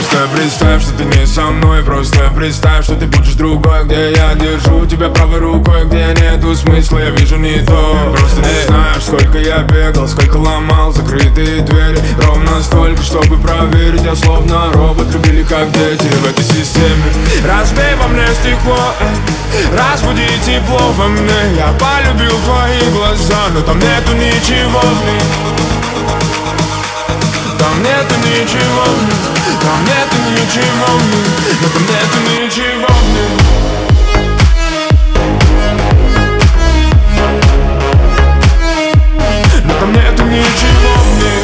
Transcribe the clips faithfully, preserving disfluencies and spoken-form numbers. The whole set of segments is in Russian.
Просто представь, что ты не со мной. Просто представь, что ты будешь другой, где я держу тебя правой рукой, где нету смысла, я вижу не то. Просто не знаешь, сколько я бегал, сколько ломал закрытые двери. Ровно столько, чтобы проверить, я словно робот, любили как дети в этой системе. Разбей во мне стекло, эй, разбуди тепло во мне. Я полюбил твои глаза, но там нету ничего в них. Там нету ничего в них, там нету ничего в них, но там нету ничего в них. Но там нету ничего в них.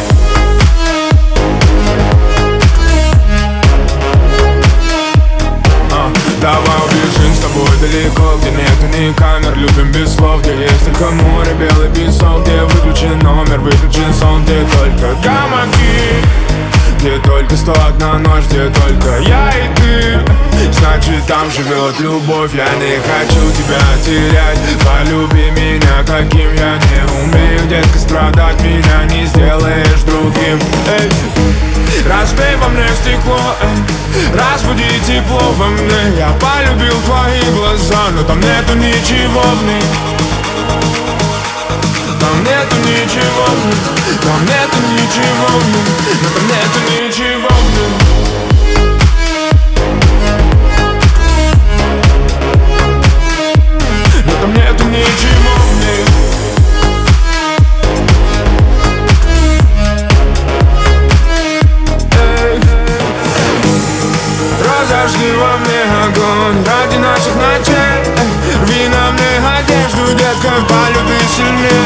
а, Давай убежим с тобой далеко, где нету ни камер, любим без слов, где есть только море, белый песок, где выключен номер, выключен сон, где только гамаки, где только сто одна ночь, где только я и ты. Значит, там живет любовь, я не хочу тебя терять. Полюби меня, каким я не умею, детка, страдать меня не сделаешь другим. Эй, разбей во мне стекло, эй, разбуди тепло во мне. Я полюбил твои глаза, но там нету ничего в них. Там нету ничего в них, там нету ничего в них, но там нету ничего в них. Но там нету ничего в них. Эй, разожги во мне огонь ради наших ночей. Эй, рви на мне одежду, детка, полюби сильнее.